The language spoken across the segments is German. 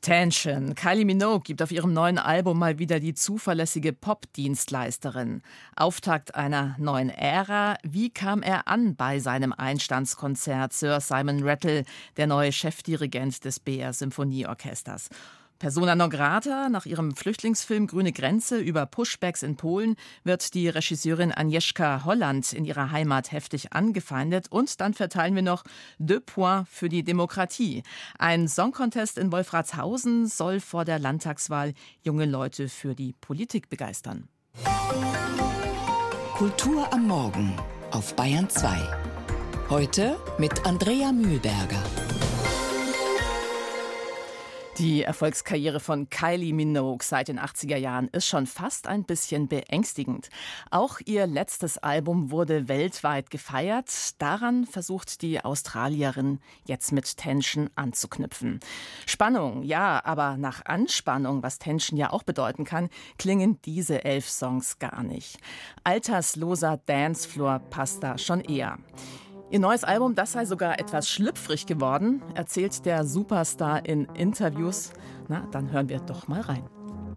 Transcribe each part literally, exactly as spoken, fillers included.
Tension. Kylie Minogue gibt auf ihrem neuen Album mal wieder die zuverlässige Pop-Dienstleisterin. Auftakt einer neuen Ära. Wie kam er an bei seinem Einstandskonzert? Sir Simon Rattle, der neue Chefdirigent des B R Symphonieorchesters. Persona non grata, nach ihrem Flüchtlingsfilm Grüne Grenze über Pushbacks in Polen wird die Regisseurin Agnieszka Holland in ihrer Heimat heftig angefeindet. Und dann verteilen wir noch Deux Points für die Demokratie. Ein Songcontest in Wolfratshausen soll vor der Landtagswahl junge Leute für die Politik begeistern. Kultur am Morgen auf Bayern zwei. Heute mit Andrea Mühlberger. Die Erfolgskarriere von Kylie Minogue seit den achtziger Jahren ist schon fast ein bisschen beängstigend. Auch ihr letztes Album wurde weltweit gefeiert. Daran versucht die Australierin jetzt mit Tension anzuknüpfen. Spannung, ja, aber nach Anspannung, was Tension ja auch bedeuten kann, klingen diese elf Songs gar nicht. Altersloser Dancefloor passt da schon eher. Ihr neues Album, das sei sogar etwas schlüpfrig geworden, erzählt der Superstar in Interviews. Na, dann hören wir doch mal rein.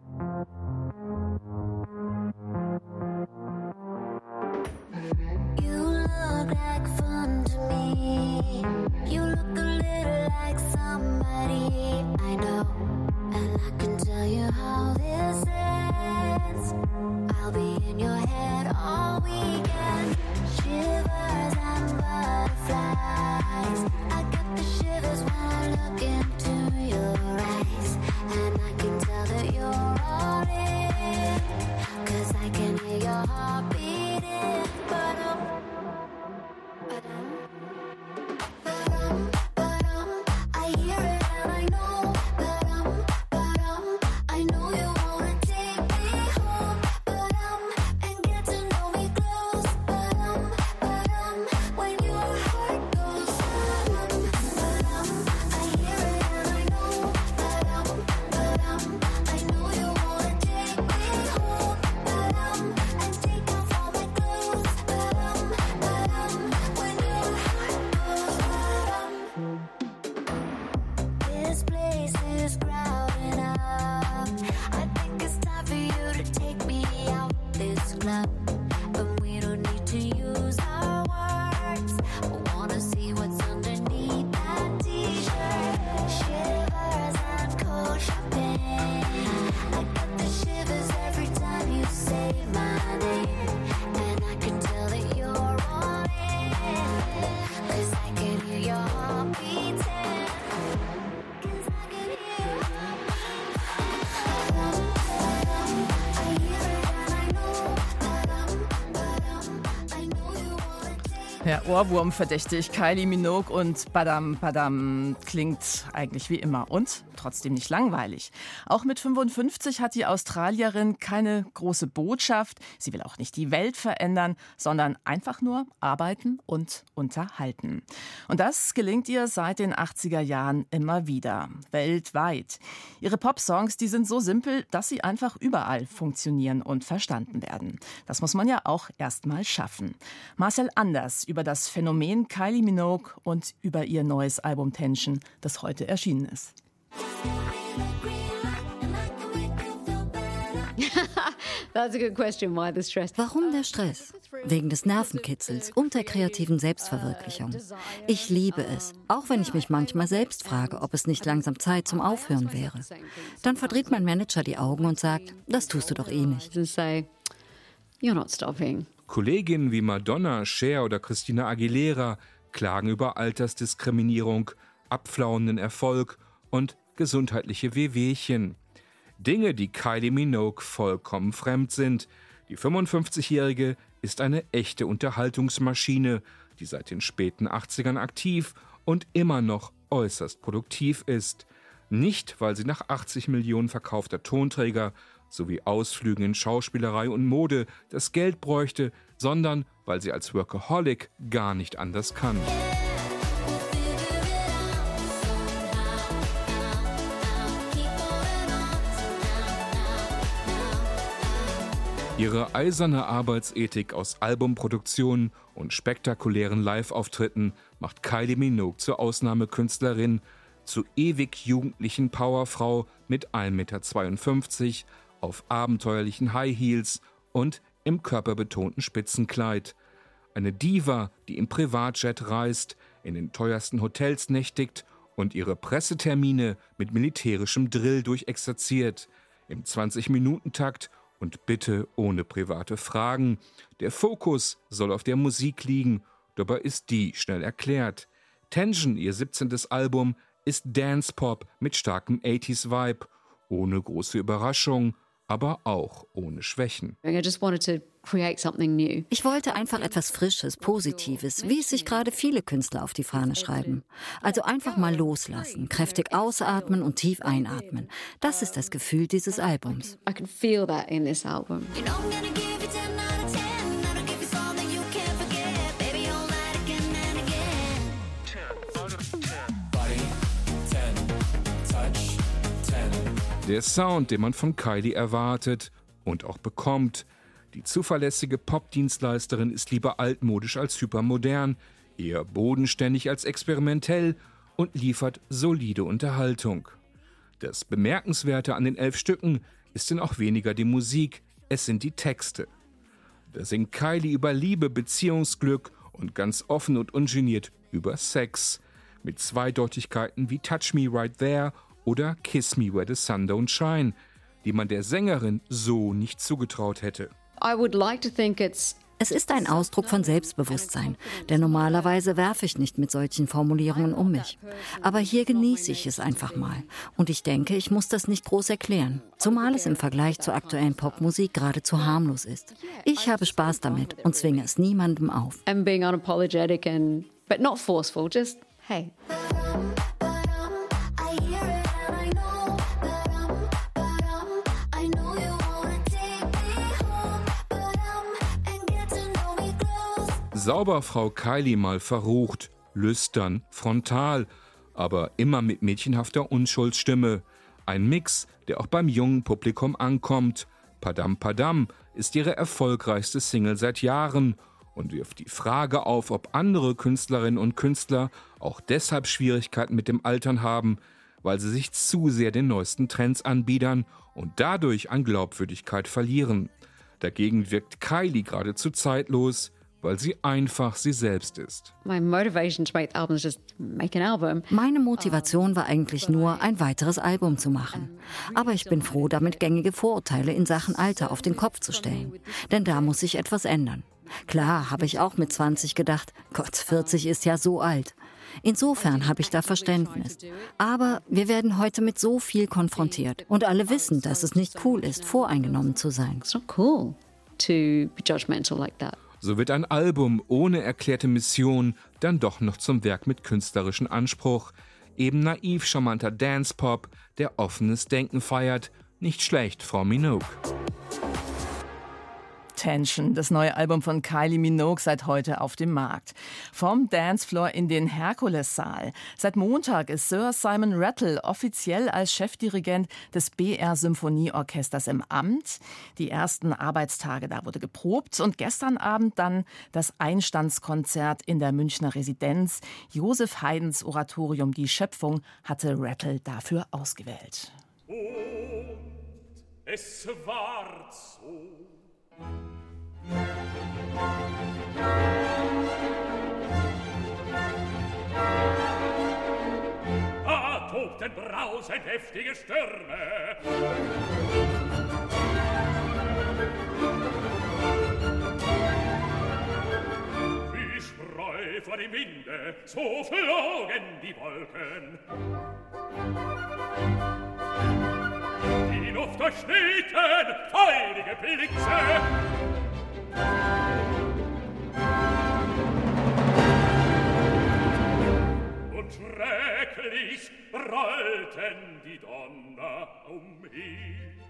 Der Ohrwurm verdächtig. Kylie Minogue und Badam Badam klingt eigentlich wie immer und trotzdem nicht langweilig. Auch mit fünfundfünfzig hat die Australierin keine große Botschaft. Sie will auch nicht die Welt verändern, sondern einfach nur arbeiten und unterhalten. Und das gelingt ihr seit den achtziger Jahren immer wieder, weltweit. Ihre Popsongs, die sind so simpel, dass sie einfach überall funktionieren und verstanden werden. Das muss man ja auch erst mal schaffen. Marcel Anders über das Phänomen Kylie Minogue und über ihr neues Album Tension, das heute erschienen ist. Warum der Stress? Wegen des Nervenkitzels und der kreativen Selbstverwirklichung. Ich liebe es, auch wenn ich mich manchmal selbst frage, ob es nicht langsam Zeit zum Aufhören wäre. Dann verdreht mein Manager die Augen und sagt, das tust du doch eh nicht. Kolleginnen wie Madonna, Cher oder Christina Aguilera klagen über Altersdiskriminierung, abflauenden Erfolg und gesundheitliche Wehwehchen. Dinge, die Kylie Minogue vollkommen fremd sind. Die fünfundfünfzigjährige ist eine echte Unterhaltungsmaschine, die seit den späten achtzigern aktiv und immer noch äußerst produktiv ist. Nicht, weil sie nach achtzig Millionen verkaufter Tonträger sowie Ausflügen in Schauspielerei und Mode das Geld bräuchte, sondern weil sie als Workaholic gar nicht anders kann. Ihre eiserne Arbeitsethik aus Albumproduktionen und spektakulären Live-Auftritten macht Kylie Minogue zur Ausnahmekünstlerin, zur ewig jugendlichen Powerfrau mit ein Meter zweiundfünfzig, auf abenteuerlichen High Heels und im körperbetonten Spitzenkleid. Eine Diva, die im Privatjet reist, in den teuersten Hotels nächtigt und ihre Pressetermine mit militärischem Drill durchexerziert. Im zwanzig-Minuten-Takt und bitte ohne private Fragen. Der Fokus soll auf der Musik liegen, dabei ist die schnell erklärt. Tension, ihr siebzehntes Album, ist Dance-Pop mit starkem achtziger-Vibe, ohne große Überraschung, aber auch ohne Schwächen. Ich wollte einfach etwas Frisches, Positives, wie es sich gerade viele Künstler auf die Fahne schreiben. Also einfach mal loslassen, kräftig ausatmen und tief einatmen. Das ist das Gefühl dieses Albums. I can feel that in this album. Der Sound, den man von Kylie erwartet und auch bekommt. Die zuverlässige Pop-Dienstleisterin ist lieber altmodisch als hypermodern, eher bodenständig als experimentell und liefert solide Unterhaltung. Das Bemerkenswerte an den elf Stücken ist denn auch weniger die Musik, es sind die Texte. Da singt Kylie über Liebe, Beziehungsglück und ganz offen und ungeniert über Sex. Mit Zweideutigkeiten wie Touch Me Right There oder Kiss Me Where the Sun Don't Shine, die man der Sängerin so nicht zugetraut hätte. I would like to think it's Es ist ein Ausdruck von Selbstbewusstsein, denn normalerweise werfe ich nicht mit solchen Formulierungen um mich. Aber hier genieße ich es einfach mal. Und ich denke, ich muss das nicht groß erklären, zumal es im Vergleich zur aktuellen Popmusik geradezu harmlos ist. Ich habe Spaß damit und zwinge es niemandem auf. I'm being unapologetic and but not forceful, just hey. Sauber Frau Kylie mal verrucht, lüstern, frontal, aber immer mit mädchenhafter Unschuldsstimme. Ein Mix, der auch beim jungen Publikum ankommt. Padam Padam ist ihre erfolgreichste Single seit Jahren und wirft die Frage auf, ob andere Künstlerinnen und Künstler auch deshalb Schwierigkeiten mit dem Altern haben, weil sie sich zu sehr den neuesten Trends anbiedern und dadurch an Glaubwürdigkeit verlieren. Dagegen wirkt Kylie geradezu zeitlos, weil sie einfach sie selbst ist. My motivation to make the album is just make an album. Meine Motivation war eigentlich nur, ein weiteres Album zu machen. Aber ich bin froh, damit gängige Vorurteile in Sachen Alter auf den Kopf zu stellen. Denn da muss sich etwas ändern. Klar habe ich auch mit zwanzig gedacht, Gott, vierzig ist ja so alt. Insofern habe ich da Verständnis. Aber wir werden heute mit so viel konfrontiert. Und alle wissen, dass es nicht cool ist, voreingenommen zu sein. It's not cool to be judgmental like that. So wird ein Album ohne erklärte Mission dann doch noch zum Werk mit künstlerischem Anspruch. Eben naiv charmanter Dance-Pop, der offenes Denken feiert. Nicht schlecht, Frau Minogue. Tension, das neue Album von Kylie Minogue, seit heute auf dem Markt. Vom Dancefloor in den Herkulessaal. Seit Montag ist Sir Simon Rattle offiziell als Chefdirigent des B R Symphonieorchesters im Amt. Die ersten Arbeitstage, da wurde geprobt und gestern Abend dann das Einstandskonzert in der Münchner Residenz. Joseph Haydns Oratorium Die Schöpfung hatte Rattle dafür ausgewählt. Und es war so. Da tobten brausend heftige Stürme. Wie Spreu vor dem Winde, so flogen die Wolken. Die Luft durchschnitten feurige Blitze. Und schrecklich rollten die Donner umher.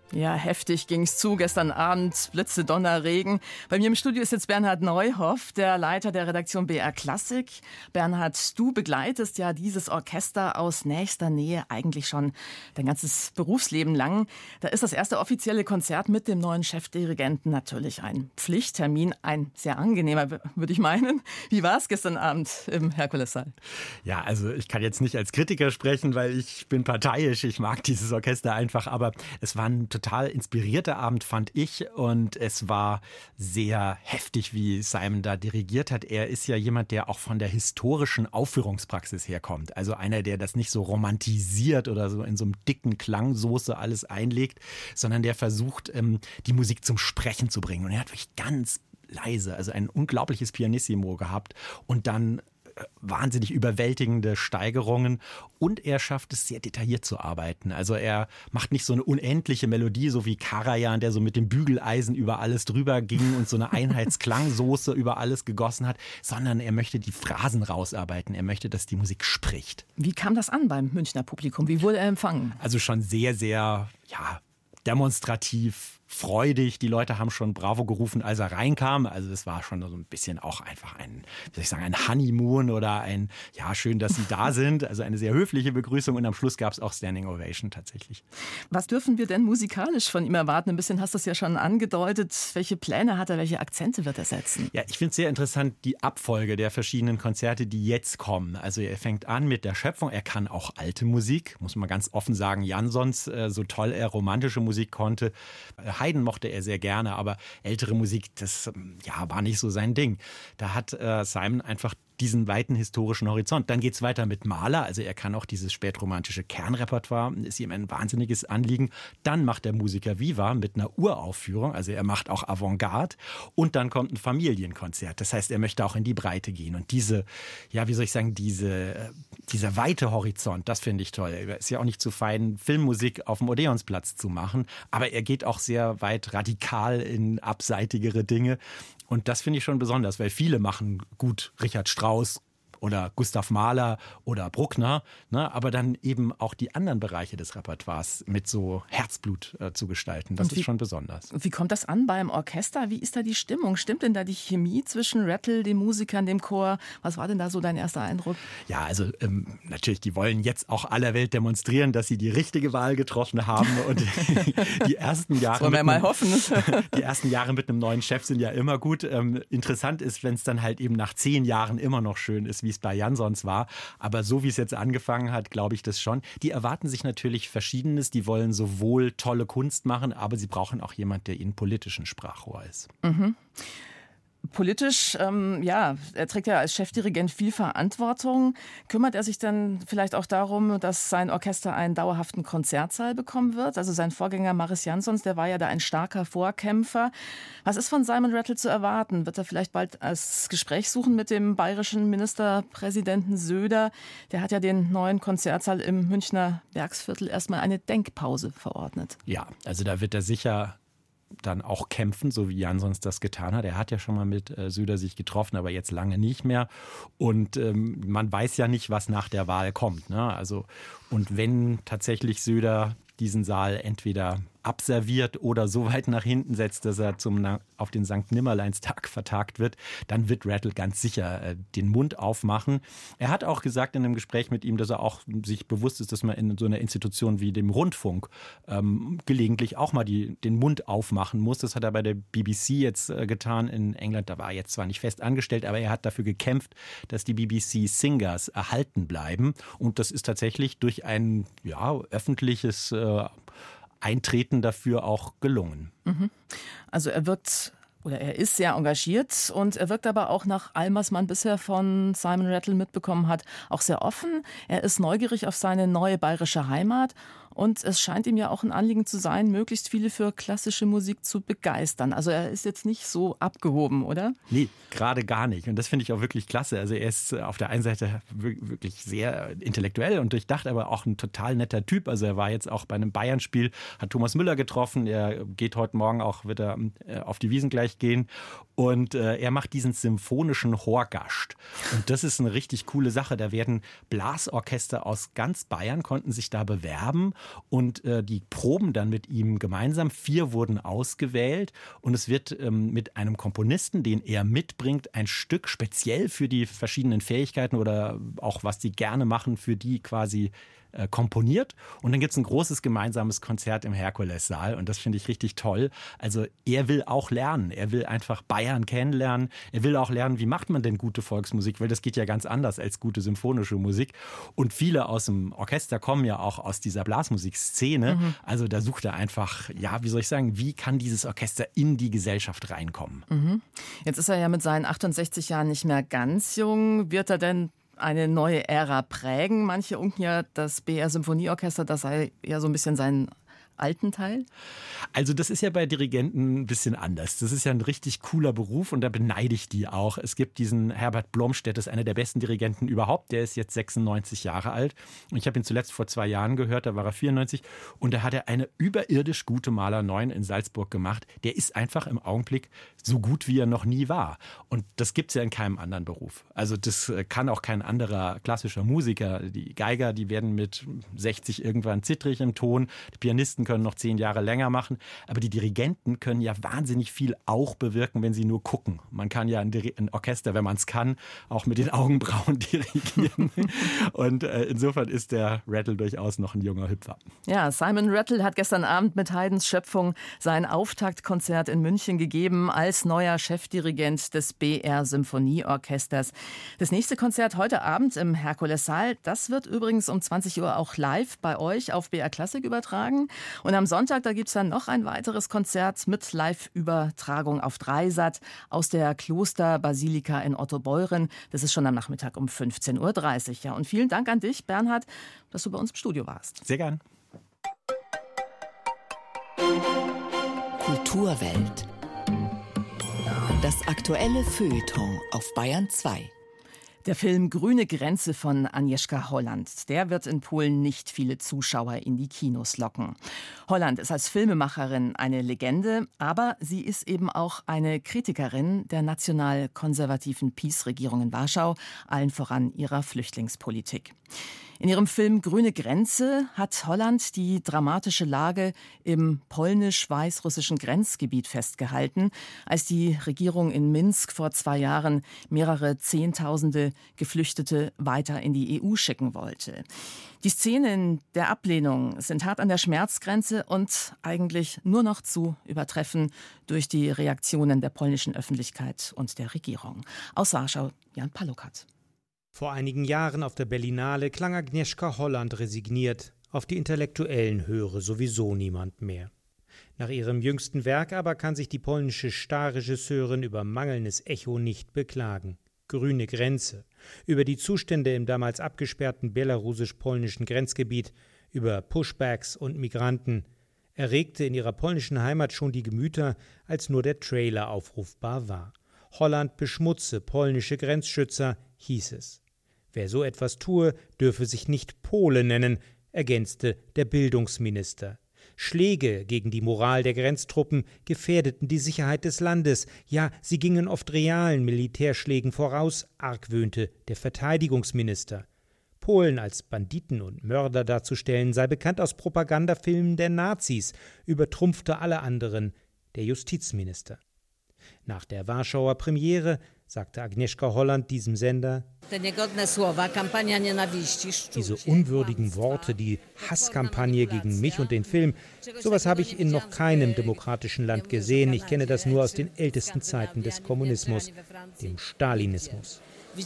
Ja, heftig ging's zu gestern Abend, Blitze, Donner, Regen. Bei mir im Studio ist jetzt Bernhard Neuhoff, der Leiter der Redaktion B R Klassik. Bernhard, du begleitest ja dieses Orchester aus nächster Nähe eigentlich schon dein ganzes Berufsleben lang. Da ist das erste offizielle Konzert mit dem neuen Chefdirigenten natürlich ein Pflichttermin, ein sehr angenehmer, würde ich meinen. Wie war es gestern Abend im Herkulessaal? Ja, also ich kann jetzt nicht als Kritiker sprechen, weil ich bin parteiisch. Ich mag dieses Orchester einfach, aber es war ein total inspirierter Abend, fand ich, und es war sehr heftig, wie Simon da dirigiert hat. Er ist ja jemand, der auch von der historischen Aufführungspraxis herkommt. Also einer, der das nicht so romantisiert oder so in so einem dicken Klangsoße alles einlegt, sondern der versucht, die Musik zum Sprechen zu bringen. Und er hat wirklich ganz leise, also ein unglaubliches Pianissimo gehabt und dann wahnsinnig überwältigende Steigerungen, und er schafft es, sehr detailliert zu arbeiten. Also er macht nicht so eine unendliche Melodie, so wie Karajan, der so mit dem Bügeleisen über alles drüber ging und so eine Einheitsklangsoße über alles gegossen hat, sondern er möchte die Phrasen rausarbeiten. Er möchte, dass die Musik spricht. Wie kam das an beim Münchner Publikum? Wie wurde er empfangen? Also schon sehr, sehr, ja, demonstrativ, freudig. Die Leute haben schon Bravo gerufen, als er reinkam. Also das war schon so ein bisschen auch einfach ein, wie soll ich sagen, ein Honeymoon oder ein, ja, schön, dass Sie da sind. Also eine sehr höfliche Begrüßung, und am Schluss gab es auch Standing Ovation tatsächlich. Was dürfen wir denn musikalisch von ihm erwarten? Ein bisschen hast du es ja schon angedeutet. Welche Pläne hat er, welche Akzente wird er setzen? Ja, ich finde es sehr interessant, die Abfolge der verschiedenen Konzerte, die jetzt kommen. Also er fängt an mit der Schöpfung. Er kann auch alte Musik, muss man ganz offen sagen. Jansons, so toll er romantische Musik konnte. Haydn mochte er sehr gerne, aber ältere Musik, das ja, war nicht so sein Ding. Da hat äh, Simon einfach diesen weiten historischen Horizont. Dann geht es weiter mit Mahler, also er kann auch dieses spätromantische Kernrepertoire, ist ihm ein wahnsinniges Anliegen. Dann macht der Musiker Viva mit einer Uraufführung, also er macht auch Avantgarde, und dann kommt ein Familienkonzert. Das heißt, er möchte auch in die Breite gehen, und diese, ja, wie soll ich sagen, diese, dieser weite Horizont, das finde ich toll. Er ist ja auch nicht zu fein, Filmmusik auf dem Odeonsplatz zu machen, aber er geht auch sehr weit radikal in abseitigere Dinge. Und das finde ich schon besonders, weil viele machen gut Richard Strauss oder Gustav Mahler oder Bruckner, ne, aber dann eben auch die anderen Bereiche des Repertoires mit so Herzblut äh, zu gestalten. Das wie, ist schon besonders. Wie kommt das an beim Orchester? Wie ist da die Stimmung? Stimmt denn da die Chemie zwischen Rattle, den Musikern, dem Chor? Was war denn da so dein erster Eindruck? Ja, also ähm, natürlich, die wollen jetzt auch aller Welt demonstrieren, dass sie die richtige Wahl getroffen haben. Und die ersten Jahre Wollen wir mal einem, hoffen. Die ersten Jahre mit einem neuen Chef sind ja immer gut. Ähm, interessant ist, wenn es dann halt eben nach zehn Jahren immer noch schön ist, wie es bei Jansons war. Aber so wie es jetzt angefangen hat, glaube ich das schon. Die erwarten sich natürlich Verschiedenes. Die wollen sowohl tolle Kunst machen, aber sie brauchen auch jemanden, der ihnen politischen Sprachrohr ist. Mhm. Politisch, ähm, ja, er trägt ja als Chefdirigent viel Verantwortung. Kümmert er sich dann vielleicht auch darum, dass sein Orchester einen dauerhaften Konzertsaal bekommen wird? Also sein Vorgänger Maris Jansons, der war ja da ein starker Vorkämpfer. Was ist von Simon Rattle zu erwarten? Wird er vielleicht bald das Gespräch suchen mit dem bayerischen Ministerpräsidenten Söder? Der hat ja den neuen Konzertsaal im Münchner Werksviertel erstmal eine Denkpause verordnet. Ja, also da wird er sicher dann auch kämpfen, so wie Jansons das getan hat. Er hat ja schon mal mit äh, Söder sich getroffen, aber jetzt lange nicht mehr. Und ähm, man weiß ja nicht, was nach der Wahl kommt, ne? Also, und wenn tatsächlich Söder diesen Saal entweder abserviert oder so weit nach hinten setzt, dass er zum, auf den Sankt Nimmerleinstag vertagt wird, dann wird Rattle ganz sicher äh, den Mund aufmachen. Er hat auch gesagt in einem Gespräch mit ihm, dass er auch sich bewusst ist, dass man in so einer Institution wie dem Rundfunk ähm, gelegentlich auch mal die, den Mund aufmachen muss. Das hat er bei der B B C jetzt äh, getan in England. Da war er jetzt zwar nicht fest angestellt, aber er hat dafür gekämpft, dass die B B C Singers erhalten bleiben. Und das ist tatsächlich durch ein ja, öffentliches äh, Eintreten dafür auch gelungen. Also er wirkt, oder er ist sehr engagiert, und er wirkt aber auch nach allem, was man bisher von Simon Rattle mitbekommen hat, auch sehr offen. Er ist neugierig auf seine neue bayerische Heimat, und es scheint ihm ja auch ein Anliegen zu sein, möglichst viele für klassische Musik zu begeistern. Also er ist jetzt nicht so abgehoben, oder? Nee, gerade gar nicht. Und das finde ich auch wirklich klasse. Also er ist auf der einen Seite wirklich sehr intellektuell und durchdacht, aber auch ein total netter Typ. Also er war jetzt auch bei einem Bayern-Spiel, hat Thomas Müller getroffen. Er geht heute Morgen auch, wird er auf die Wiesn gleich gehen. Und äh, er macht diesen symphonischen Chorgast. Und das ist eine richtig coole Sache. Da werden Blasorchester aus ganz Bayern, konnten sich da bewerben. und äh, die proben dann mit ihm gemeinsam. Vier wurden ausgewählt und es wird ähm, mit einem Komponisten, den er mitbringt, ein Stück speziell für die verschiedenen Fähigkeiten oder auch was sie gerne machen, für die quasi äh, komponiert. Und dann gibt es ein großes gemeinsames Konzert im Herkulessaal und das finde ich richtig toll. Also er will auch lernen, er will einfach Bayern kennenlernen, er will auch lernen, wie macht man denn gute Volksmusik, weil das geht ja ganz anders als gute symphonische Musik. Und viele aus dem Orchester kommen ja auch aus dieser Blasmusikszene. Mhm. Also da sucht er einfach, ja, wie soll ich sagen, wie kann dieses Orchester in die Gesellschaft reinkommen? Mhm. Jetzt ist er ja mit seinen achtundsechzig Jahren nicht mehr ganz jung. Wird er denn eine neue Ära prägen? Manche unken ja, das B R Symphonieorchester, das sei ja so ein bisschen sein alten Teil? Also das ist ja bei Dirigenten ein bisschen anders. Das ist ja ein richtig cooler Beruf und da beneide ich die auch. Es gibt diesen Herbert Blomstedt, das ist einer der besten Dirigenten überhaupt. Der ist jetzt sechsundneunzig Jahre alt. Und ich habe ihn zuletzt vor zwei Jahren gehört, da war er vierundneunzig. Und da hat er eine überirdisch gute Maler neun in Salzburg gemacht. Der ist einfach im Augenblick so gut, wie er noch nie war. Und das gibt es ja in keinem anderen Beruf. Also das kann auch kein anderer klassischer Musiker. Die Geiger, die werden mit sechzig irgendwann zittrig im Ton. Die Pianisten können noch zehn Jahre länger machen. Aber die Dirigenten können ja wahnsinnig viel auch bewirken, wenn sie nur gucken. Man kann ja ein, ein Orchester, wenn man es kann, auch mit den Augenbrauen dirigieren. Und äh, insofern ist der Rattle durchaus noch ein junger Hüpfer. Ja, Simon Rattle hat gestern Abend mit Haydns Schöpfung sein Auftaktkonzert in München gegeben als neuer Chefdirigent des B R Symphonieorchesters. Das nächste Konzert heute Abend im Herkulessaal, das wird übrigens um zwanzig Uhr auch live bei euch auf B R Klassik übertragen. Und am Sonntag, da gibt es dann noch ein weiteres Konzert mit Live-Übertragung auf Dreisat aus der Klosterbasilika in Ottobeuren. Das ist schon am Nachmittag um fünfzehn Uhr dreißig. Ja, und vielen Dank an dich, Bernhard, dass du bei uns im Studio warst. Sehr gern. Kulturwelt. Das aktuelle Feuilleton auf Bayern zwei. Der Film Grüne Grenze von Agnieszka Holland, der wird in Polen nicht viele Zuschauer in die Kinos locken. Holland ist als Filmemacherin eine Legende, aber sie ist eben auch eine Kritikerin der national-konservativen PiS-Regierung in Warschau, allen voran ihrer Flüchtlingspolitik. In ihrem Film Grüne Grenze hat Holland die dramatische Lage im polnisch-weißrussischen Grenzgebiet festgehalten, als die Regierung in Minsk vor zwei Jahren mehrere Zehntausende Geflüchtete weiter in die E U schicken wollte. Die Szenen der Ablehnung sind hart an der Schmerzgrenze und eigentlich nur noch zu übertreffen durch die Reaktionen der polnischen Öffentlichkeit und der Regierung. Aus Warschau, Jan Palukat. Vor einigen Jahren auf der Berlinale klang Agnieszka Holland resigniert. Auf die Intellektuellen höre sowieso niemand mehr. Nach ihrem jüngsten Werk aber kann sich die polnische Starregisseurin über mangelndes Echo nicht beklagen. Grüne Grenze. Über die Zustände im damals abgesperrten belarusisch-polnischen Grenzgebiet, über Pushbacks und Migranten, erregte in ihrer polnischen Heimat schon die Gemüter, als nur der Trailer aufrufbar war. Holland beschmutze polnische Grenzschützer, hieß es. Wer so etwas tue, dürfe sich nicht Pole nennen, ergänzte der Bildungsminister. Schläge gegen die Moral der Grenztruppen gefährdeten die Sicherheit des Landes. Ja, sie gingen oft realen Militärschlägen voraus, argwöhnte der Verteidigungsminister. Polen als Banditen und Mörder darzustellen, sei bekannt aus Propagandafilmen der Nazis, übertrumpfte alle anderen der Justizminister. Nach der Warschauer Premiere sagte Agnieszka Holland diesem Sender: Diese unwürdigen Worte, die Hasskampagne gegen mich und den Film, sowas habe ich in noch keinem demokratischen Land gesehen. Ich kenne das nur aus den ältesten Zeiten des Kommunismus, dem Stalinismus.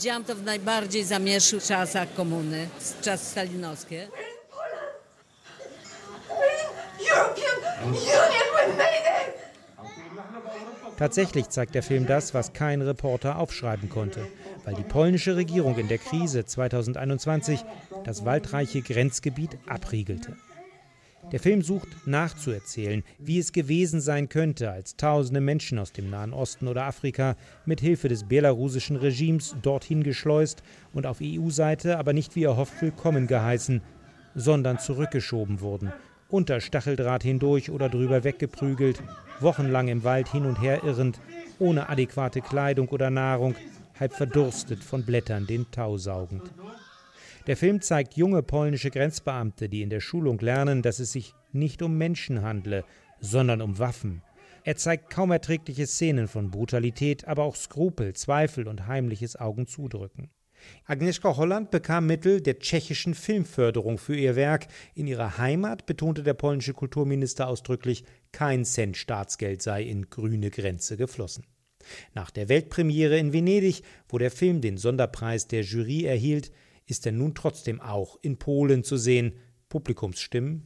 Tatsächlich zeigt der Film das, was kein Reporter aufschreiben konnte, weil die polnische Regierung in der Krise zweitausendeinundzwanzig das waldreiche Grenzgebiet abriegelte. Der Film sucht nachzuerzählen, wie es gewesen sein könnte, als tausende Menschen aus dem Nahen Osten oder Afrika mit Hilfe des belarussischen Regimes dorthin geschleust und auf E U-Seite aber nicht wie erhofft willkommen geheißen, sondern zurückgeschoben wurden, unter Stacheldraht hindurch oder drüber weggeprügelt, wochenlang im Wald hin und her irrend, ohne adäquate Kleidung oder Nahrung, halb verdurstet von Blättern den Tau saugend. Der Film zeigt junge polnische Grenzbeamte, die in der Schulung lernen, dass es sich nicht um Menschen handle, sondern um Waffen. Er zeigt kaum erträgliche Szenen von Brutalität, aber auch Skrupel, Zweifel und heimliches Augenzudrücken. Agnieszka Holland bekam Mittel der tschechischen Filmförderung für ihr Werk. In ihrer Heimat betonte der polnische Kulturminister ausdrücklich, kein Cent Staatsgeld sei in grüne Grenze geflossen. Nach der Weltpremiere in Venedig, wo der Film den Sonderpreis der Jury erhielt, ist er nun trotzdem auch in Polen zu sehen. Publikumsstimmen: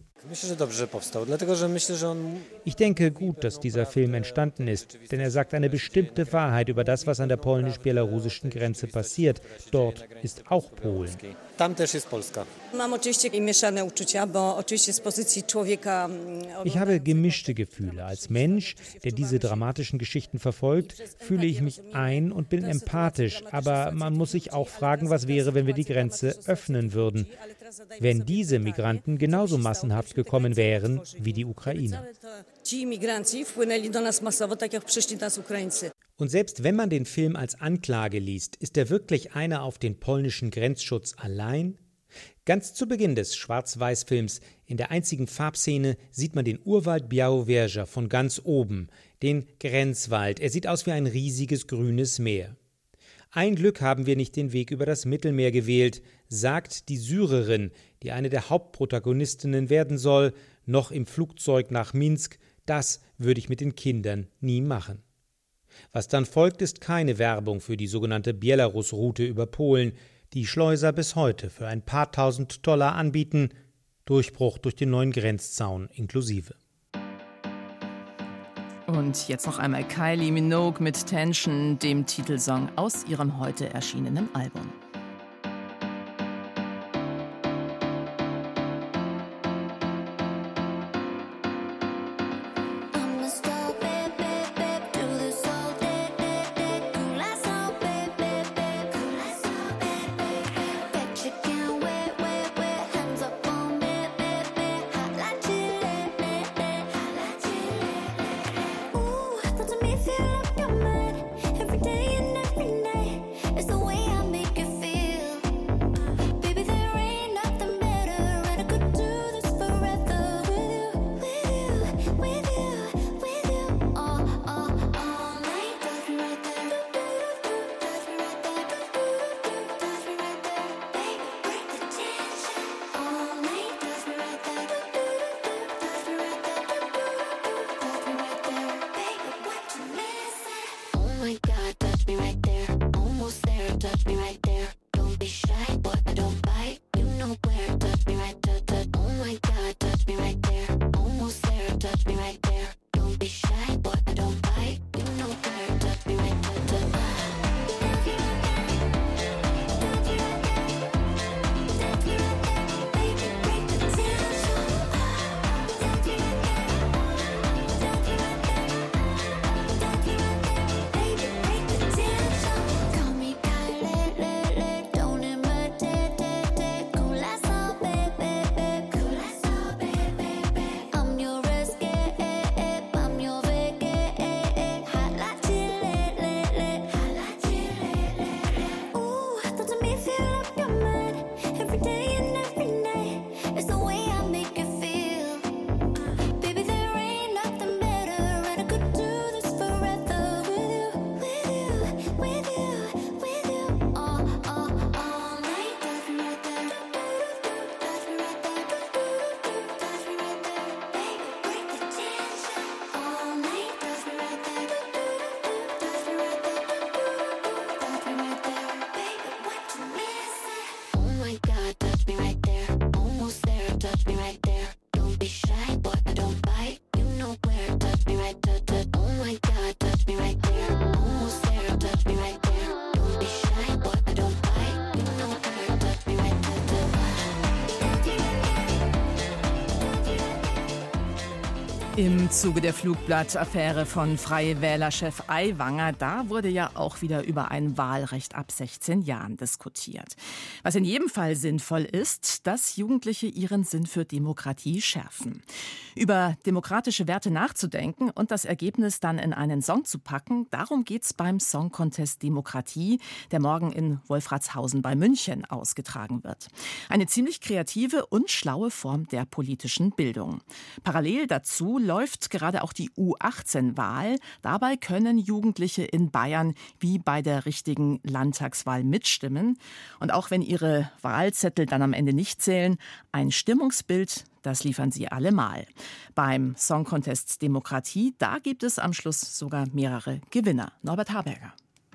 Ich denke gut, dass dieser Film entstanden ist, denn er sagt eine bestimmte Wahrheit über das, was an der polnisch-belarussischen Grenze passiert. Dort ist auch Polen. Ich habe gemischte Gefühle. Als Mensch, der diese dramatischen Geschichten verfolgt, fühle ich mich ein und bin empathisch. Aber man muss sich auch fragen, was wäre, wenn wir die Grenze öffnen würden. Wenn diese Migranten genauso massenhaft gekommen wären wie die Ukrainer. Und selbst wenn man den Film als Anklage liest, ist er wirklich einer auf den polnischen Grenzschutz allein? Ganz zu Beginn des Schwarz-Weiß-Films, in der einzigen Farbszene, sieht man den Urwald Białowieża von ganz oben, den Grenzwald. Er sieht aus wie ein riesiges grünes Meer. Ein Glück haben wir nicht den Weg über das Mittelmeer gewählt, sagt die Syrerin, die eine der Hauptprotagonistinnen werden soll, noch im Flugzeug nach Minsk. Das würde ich mit den Kindern nie machen. Was dann folgt, ist keine Werbung für die sogenannte Belarus-Route über Polen, die Schleuser bis heute für ein paar tausend Dollar anbieten, Durchbruch durch den neuen Grenzzaun inklusive. Und jetzt noch einmal Kylie Minogue mit Tension, dem Titelsong aus ihrem heute erschienenen Album. Im Zuge der Flugblattaffäre von Freie Wähler-Chef Aiwanger, da wurde ja auch wieder über ein Wahlrecht ab sechzehn Jahren diskutiert. Was in jedem Fall sinnvoll ist, dass Jugendliche ihren Sinn für Demokratie schärfen. Über demokratische Werte nachzudenken und das Ergebnis dann in einen Song zu packen, darum geht's beim Song Contest Demokratie, der morgen in Wolfratshausen bei München ausgetragen wird. Eine ziemlich kreative und schlaue Form der politischen Bildung. Parallel dazu läuft gerade auch die U achtzehn Wahl. Dabei können Jugendliche in Bayern wie bei der richtigen Landtagswahl mitstimmen. Und auch wenn ihre Wahlzettel dann am Ende nicht zählen, ein Stimmungsbild, das liefern sie allemal. Beim Song Contest Demokratie, da gibt es am Schluss sogar mehrere Gewinner. Norbert Harberger.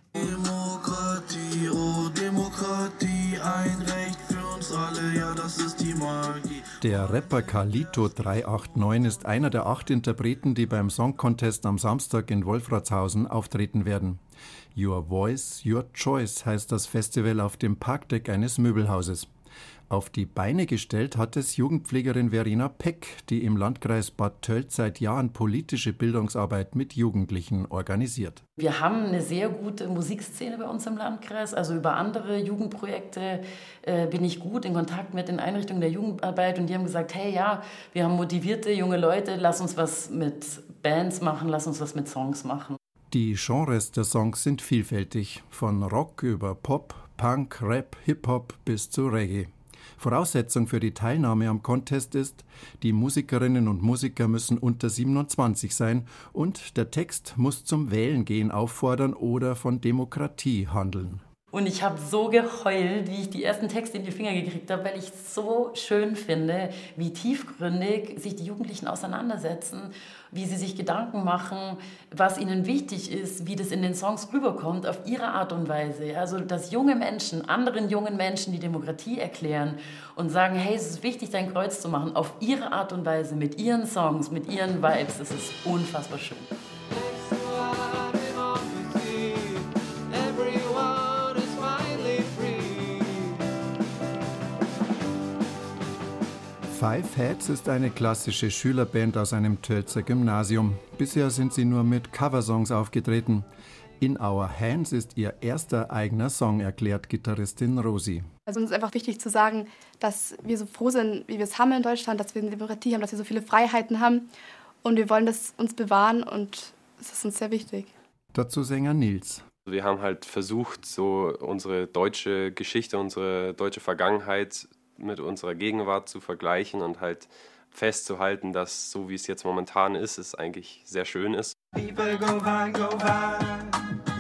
Demokratie, oh Demokratie, ein Recht für uns alle, ja, das ist die Magie. Der Rapper Carlito drei acht neun ist einer der acht Interpreten, die beim Song Contest am Samstag in Wolfratshausen auftreten werden. Your Voice, Your Choice heißt das Festival auf dem Parkdeck eines Möbelhauses. Auf die Beine gestellt hat es Jugendpflegerin Verena Peck, die im Landkreis Bad Tölz seit Jahren politische Bildungsarbeit mit Jugendlichen organisiert. Wir haben eine sehr gute Musikszene bei uns im Landkreis. Also über andere Jugendprojekte äh, bin ich gut in Kontakt mit den Einrichtungen der Jugendarbeit. Und die haben gesagt, hey ja, wir haben motivierte junge Leute, lass uns was mit Bands machen, lass uns was mit Songs machen. Die Genres der Songs sind vielfältig, von Rock über Pop, Punk, Rap, Hip-Hop bis zu Reggae. Voraussetzung für die Teilnahme am Contest ist, die Musikerinnen und Musiker müssen unter siebenundzwanzig sein und der Text muss zum Wählengehen auffordern oder von Demokratie handeln. Und ich habe so geheult, wie ich die ersten Texte in die Finger gekriegt habe, weil ich es so schön finde, wie tiefgründig sich die Jugendlichen auseinandersetzen, wie sie sich Gedanken machen, was ihnen wichtig ist, wie das in den Songs rüberkommt, auf ihre Art und Weise. Also, dass junge Menschen, anderen jungen Menschen die Demokratie erklären und sagen, hey, es ist wichtig, dein Kreuz zu machen, auf ihre Art und Weise, mit ihren Songs, mit ihren Vibes, das ist unfassbar schön. Five Heads ist eine klassische Schülerband aus einem Tölzer Gymnasium. Bisher sind sie nur mit Coversongs aufgetreten. In Our Hands ist ihr erster eigener Song, erklärt Gitarristin Rosi. Also uns ist einfach wichtig zu sagen, dass wir so froh sind, wie wir es haben in Deutschland, dass wir eine Demokratie haben, dass wir so viele Freiheiten haben. Und wir wollen das uns bewahren und es ist uns sehr wichtig. Dazu Sänger Nils. Wir haben halt versucht, so unsere deutsche Geschichte, unsere deutsche Vergangenheit mit unserer Gegenwart zu vergleichen und halt festzuhalten, dass so wie es jetzt momentan ist, es eigentlich sehr schön ist. People go van, go van.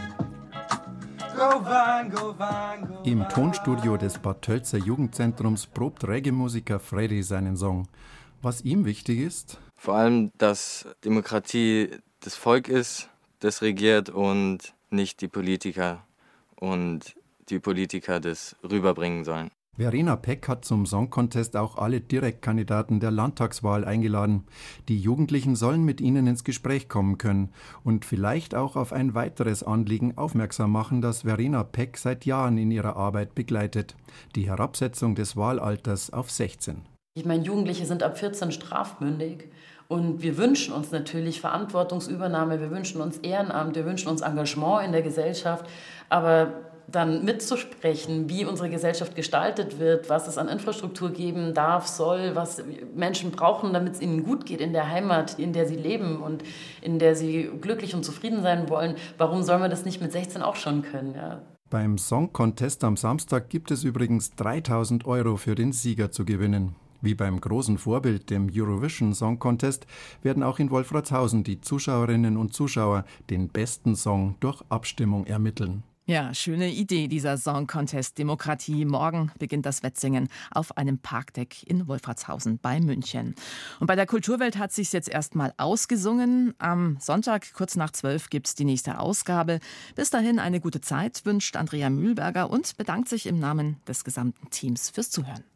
Go van, go van, go van. Im Tonstudio des Bad Tölzer Jugendzentrums probt Reggae-Musiker Freddy seinen Song. Was ihm wichtig ist? Vor allem, dass Demokratie das Volk ist, das regiert und nicht die Politiker und die Politiker das rüberbringen sollen. Verena Peck hat zum Song Contest auch alle Direktkandidaten der Landtagswahl eingeladen. Die Jugendlichen sollen mit ihnen ins Gespräch kommen können und vielleicht auch auf ein weiteres Anliegen aufmerksam machen, das Verena Peck seit Jahren in ihrer Arbeit begleitet: die Herabsetzung des Wahlalters auf sechzehn. Ich meine, Jugendliche sind ab vierzehn strafmündig. Und wir wünschen uns natürlich Verantwortungsübernahme, wir wünschen uns Ehrenamt, wir wünschen uns Engagement in der Gesellschaft, aber dann mitzusprechen, wie unsere Gesellschaft gestaltet wird, was es an Infrastruktur geben darf, soll, was Menschen brauchen, damit es ihnen gut geht in der Heimat, in der sie leben und in der sie glücklich und zufrieden sein wollen. Warum soll man das nicht mit sechzehn auch schon können? Ja. Beim Song Contest am Samstag gibt es übrigens dreitausend Euro für den Sieger zu gewinnen. Wie beim großen Vorbild, dem Eurovision Song Contest, werden auch in Wolfratshausen die Zuschauerinnen und Zuschauer den besten Song durch Abstimmung ermitteln. Ja, schöne Idee, dieser Song Contest Demokratie. Morgen beginnt das Wettsingen auf einem Parkdeck in Wolfratshausen bei München. Und bei der Kulturwelt hat sich's jetzt erstmal ausgesungen. Am Sonntag kurz nach zwölf gibt's die nächste Ausgabe. Bis dahin eine gute Zeit, wünscht Andrea Mühlberger und bedankt sich im Namen des gesamten Teams fürs Zuhören.